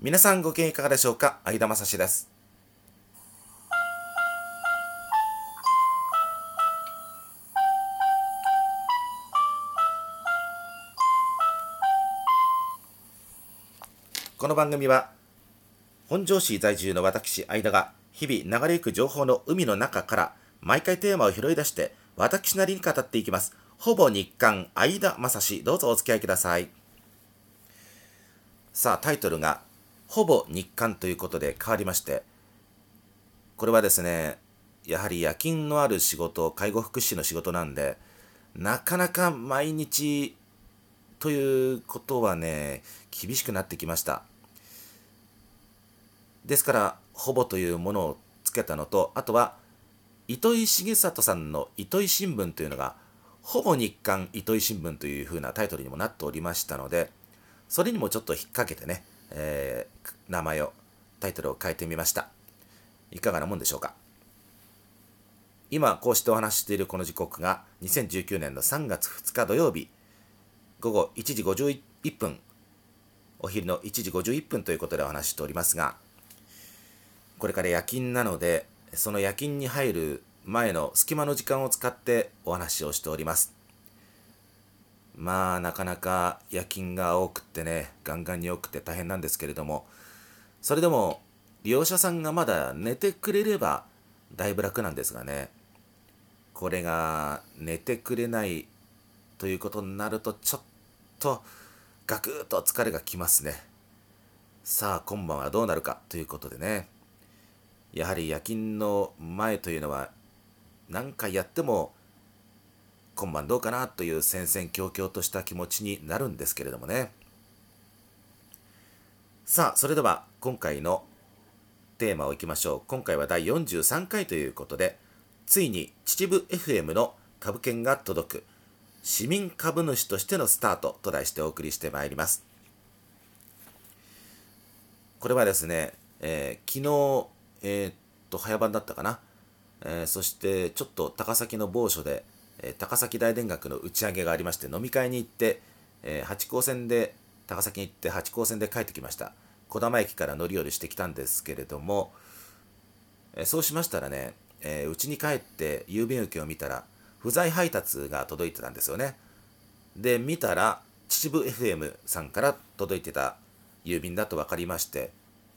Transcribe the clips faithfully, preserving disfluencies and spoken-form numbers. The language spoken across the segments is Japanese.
皆さんご機嫌いかがでしょうか。相田正史です。この番組は本庄市在住の私相田が日々流れゆく情報の海の中から毎回テーマを拾い出して私なりに語っていきます。ほぼ日刊相田正史、どうぞお付き合いください。さあ、タイトルがほぼ日刊ということで変わりまして、これはですね、やはり夜勤のある仕事、介護福祉士の仕事なんで、なかなか毎日ということはね、厳しくなってきました。ですから、ほぼというものをつけたのと、あとは、糸井重里さんの糸井新聞というのが、ほぼ日刊糸井新聞というふうなタイトルにもなっておりましたので、それにもちょっと引っ掛けてね、えー名前を、タイトルを変えてみました。いかがなもんでしょうか。今、こうしてお話ししているこの時刻が、にせんじゅうきゅうねんのさんがつふつか土曜日、午後いちじごじゅういっぷん、お昼のいちじごじゅういっぷんということでお話ししておりますが、これから夜勤なので、その夜勤に入る前の隙間の時間を使ってお話をしております。まあ、なかなか夜勤が多くってね、ガンガンに多くて大変なんですけれども、それでも利用者さんがまだ寝てくれればだいぶ楽なんですがね、これが寝てくれないということになると、ちょっとガクッと疲れがきますね。さあ、今晩はどうなるかということでね、やはり夜勤の前というのは何回やっても今晩どうかなという戦々恐々とした気持ちになるんですけれどもね。さあ、それでは今回のテーマをいきましょう。今回はだいよんじゅうさんかいということで、ついに秩父 エフエム の株券が届く、市民株主としてのスタートと題してお送りしてまいります。これはですね、えー昨日、えーっと、早番だったかな。えーそしてちょっと高崎の某所で、えー高崎大田学の打ち上げがありまして、飲み会に行って、えー八高線で高崎に行って八高線で帰ってきました。児玉駅から乗り降りしてきたんですけれども、えーそうしましたらね、えー家に帰って郵便受けを見たら不在配達が届いてたんですよね。で見たら秩父 エフエム さんから届いてた郵便だと分かりまして、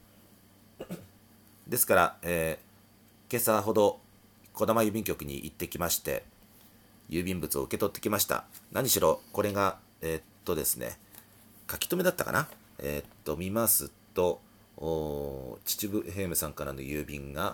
ですから、えー今朝ほど児玉郵便局に行ってきまして、郵便物を受け取ってきました。何しろ、これが、えーっとですね、書き留めだったかな。えーっと、見ますと、お秩父 エフエム さんからの郵便が、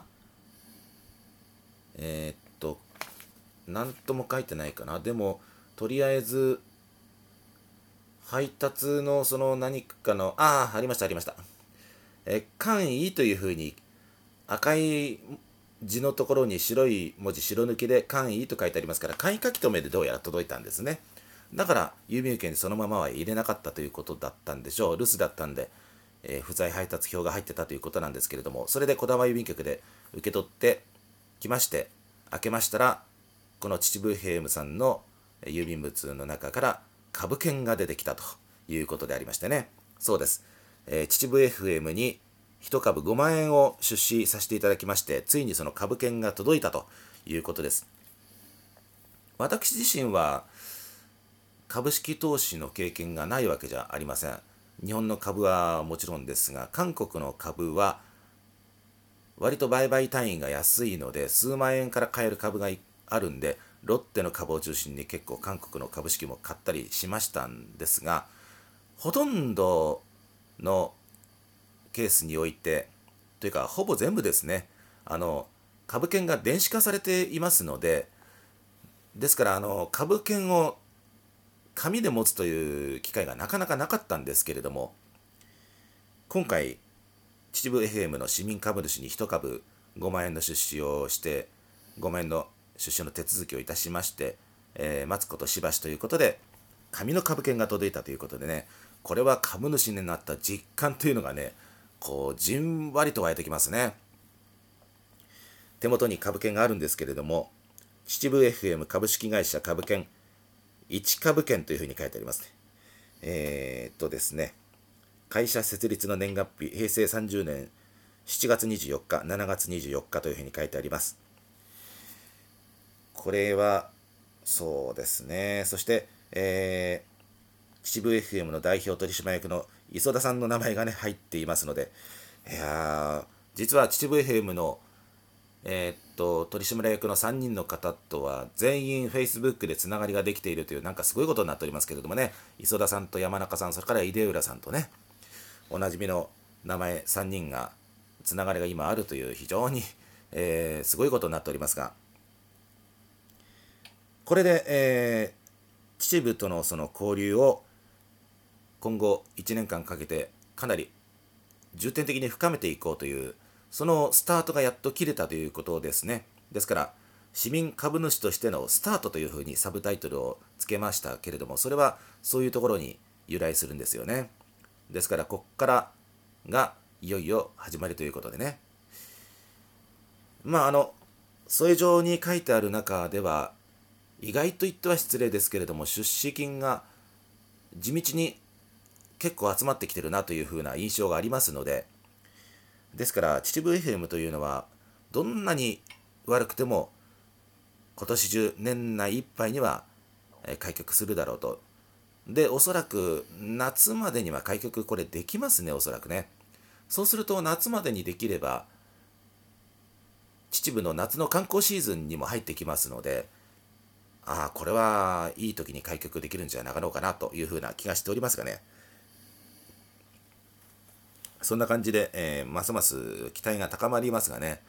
えーっと、なんとも書いてないかな。でも、とりあえず、配達のその何かの、ああ、ありました、ありました。えー、簡易というふうに赤い字のところに白い文字白抜きで簡易と書いてありますから、簡易書き留めでどうやら届いたんですね。だから郵便受けにそのままは入れなかったということだったんでしょう。留守だったんで、えー不在配達表が入ってたということなんですけれども、それで児玉郵便局で受け取ってきまして、開けましたら、この秩父エフエムさんの郵便物の中から株券が出てきたということでありましてね。そうです。えー秩父 エフエム にいち株ごまん円を出資させていただきまして、ついにその株券が届いたということです。私自身は株式投資の経験がないわけじゃありません。日本の株はもちろんですが、韓国の株は割と売買単位が安いので、数万円から買える株があるんで、ロッテの株を中心に結構韓国の株式も買ったりしましたんですが、ほとんどのケースにおいて、というかほぼ全部ですね、あの株券が電子化されていますので、ですからあの株券を紙で持つという機会がなかなかなかったんですけれども、今回秩父 エフエム の市民株主にいち株ごまん円の出資をして、ごまん円の出資の手続きをいたしまして、えー待つことしばしということで紙の株券が届いたということでね、これは株主になった実感というのがね、こうじんわりと湧いてきますね。手元に株券があるんですけれども、秩父 エフエム 株式会社株券いち株券というふうに書いてありますね。えー、っとですね会社設立の年月日、へいせいさんじゅうねんしちがつにじゅうよっか、しちがつにじゅうよっかというふうに書いてあります。これは、そうですね。そして、えー、秩父 エフエム の代表取締役の磯田さんの名前がね、入っていますので、いやー、実は秩父 エフエム の、えーっと、取締役のさんにんの方とは、全員 Facebook でつながりができているという、なんかすごいことになっておりますけれどもね、磯田さんと山中さん、それから出浦さんとね、おなじみの名前さんにんが、つながりが今あるという非常に、えー、すごいことになっておりますが、これで、えー、秩父とのその交流を今後いちねんかんかけてかなり重点的に深めていこうという、そのスタートがやっと切れたということですね。ですから市民株主としてのスタートというふうにサブタイトルをつけましたけれども、それはそういうところに由来するんですよね。ですからこっからがいよいよ始まりということでね、まああの添え状に書いてある中では、意外と言っては失礼ですけれども、出資金が地道に結構集まってきてるなというふうな印象がありますので、ですから秩父 エフエム というのはどんなに悪くても今年中年内いっぱいには開局するだろうと。でおそらく夏までには開局これできますね、おそらくね。そうすると夏までにできれば秩父の夏の観光シーズンにも入ってきますので、ああこれはいい時に開局できるんじゃなかろうかなというふうな気がしておりますがね。そんな感じで、えー、ますます期待が高まりますがね。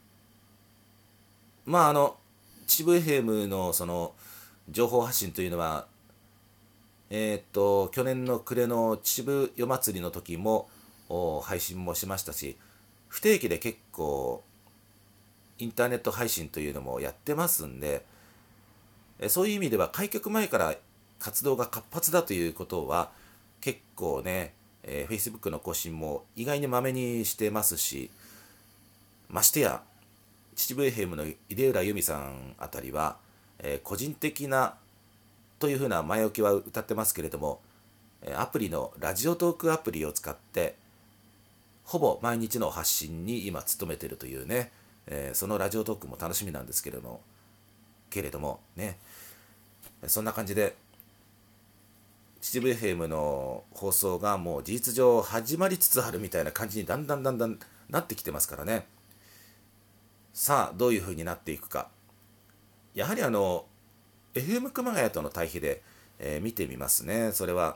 まああの秩父 エフエム のその情報発信というのは、えー、っと去年の暮れの秩父夜祭りの時も配信もしましたし、不定期で結構インターネット配信というのもやってますんで、そういう意味では開局前から活動が活発だということは結構ね、えー、Facebook の更新も意外にまめにしてますし、ましてや秩父 エフエム の出浦由美さんあたりは、えー、個人的なというふうな前置きは歌ってますけれども、アプリのラジオトークアプリを使ってほぼ毎日の発信に今努めているというね、えー、そのラジオトークも楽しみなんですけれどもけれどもね、そんな感じで秩父 エフエム の放送がもう事実上始まりつつあるみたいな感じにだんだんだんだんなってきてますからね。さあどういう風になっていくか、やはりあの エフエム 熊谷との対比で、えー見てみますね。それは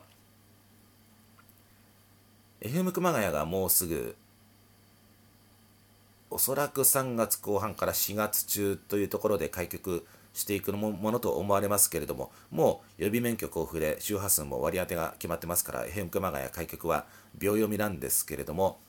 エフエム 熊谷がもうすぐおそらくさんがつこう半からしがつ中というところで開局していくものと思われますけれども、もう予備免許交付で周波数も割り当てが決まってますから、エフエム 熊谷開局は秒読みなんですけれども、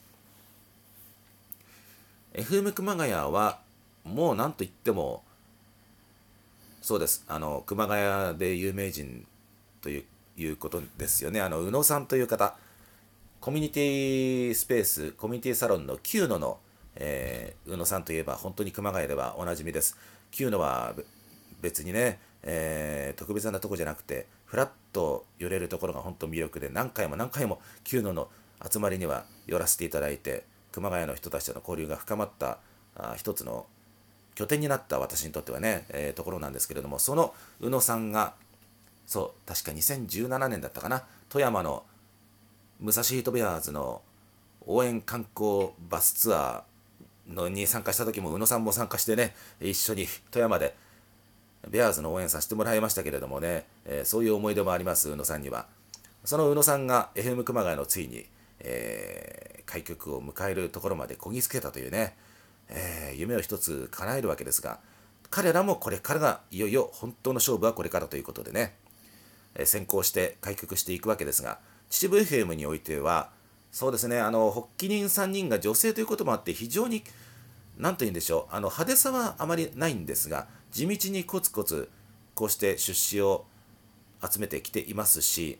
エフエム 熊谷はもう何と言ってもそうです、あの熊谷で有名人といういうことですよね。あの宇野さんという方、コミュニティスペースコミュニティサロンのキューノの、えー宇野さんといえば本当に熊谷ではおなじみです。キューノは別にね、えー特別なとこじゃなくてフラッと寄れるところが本当魅力で、何回も何回もキューノの集まりには寄らせていただいて、熊谷の人たちとの交流が深まったあ一つの拠点になった私にとってはね、えーところなんですけれども、その宇野さんがそう確かにせんじゅうななねんだったかな、富山の武蔵ヒートベアーズの応援観光バスツアーのに参加した時も宇野さんも参加してね、一緒に富山でベアーズの応援させてもらいましたけれどもね、えーそういう思い出もあります。宇野さんにはその宇野さんが エフエム 熊谷のついに、えー開局を迎えるところまでこぎつけたというね、えー夢を一つ叶えるわけですが、彼らもこれからがいよいよ本当の勝負はこれからということでね、えー先行して開局していくわけですが、秩父 エフエム においてはそうですね、あの発起人さんにんが女性ということもあって非常に何と言うんでしょう、あの派手さはあまりないんですが、地道にコツコツこうして出資を集めてきていますし、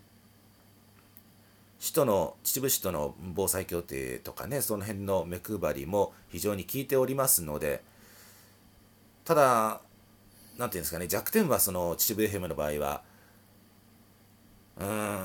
首都の秩父市との防災協定とかね、その辺の目配りも非常に効いておりますので、ただなんていうんですかね、弱点はその秩父 エフエム の場合はうーん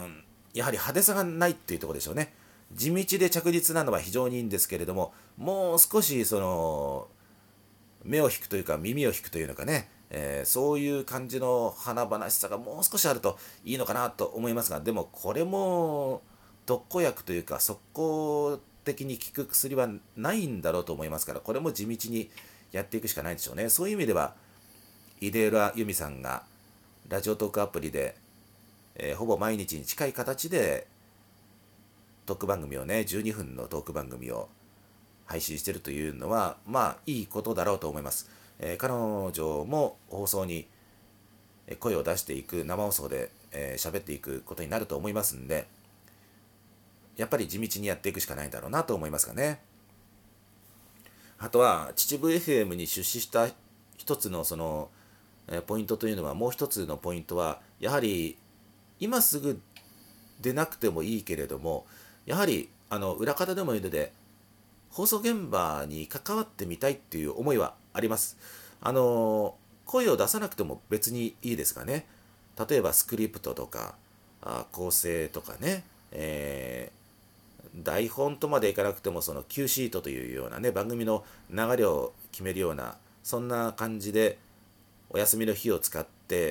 やはり派手さがないっていうところでしょうね。地道で着実なのは非常にいいんですけれども、もう少しその目を引くというか耳を引くというのかね、えーそういう感じの華々しさがもう少しあるといいのかなと思いますが、でもこれも特効薬というか速攻的に効く薬はないんだろうと思いますから、これも地道にやっていくしかないでしょうね。そういう意味では出浦由美さんがラジオトークアプリで、えーほぼ毎日に近い形でトーク番組をね、じゅうにふんのトーク番組を配信しているというのは、まあいいことだろうと思います。えー彼女も放送に声を出していく、生放送で喋、えー、っていくことになると思いますんで、やっぱり地道にやっていくしかないんだろうなと思いますかね。あとは秩父 エフエム に出資した一つのその、えーポイントというのは、もう一つのポイントはやはり今すぐ出なくてもいいけれども、やはりあの裏方でもいいので放送現場に関わってみたいっていう思いはあります。あの声を出さなくても別にいいですがね、例えばスクリプトとかあ構成とかね、えー台本とまでいかなくてもその Q シートというようなね、番組の流れを決めるような、そんな感じでお休みの日を使って、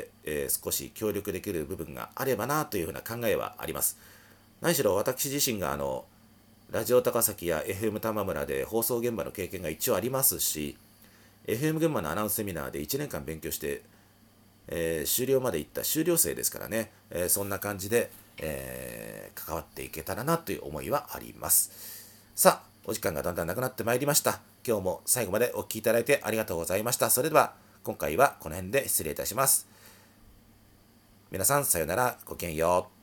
えー少し協力できる部分があればなというふうな考えはあります。何しろ私自身があのラジオ高崎や エフエム 玉村で放送現場の経験が一応ありますし、 エフエム 現場のアナウンスセミナーでいちねんかん勉強して、えー終了まで行った修了生ですからね、えーそんな感じで、えー関わっていけたらなという思いはあります。さあ、お時間がだんだんなくなってまいりました。今日も最後までお聞きいただいてありがとうございました。それでは今回はこの辺で失礼いたします。皆さんさようなら、ごきげんよう。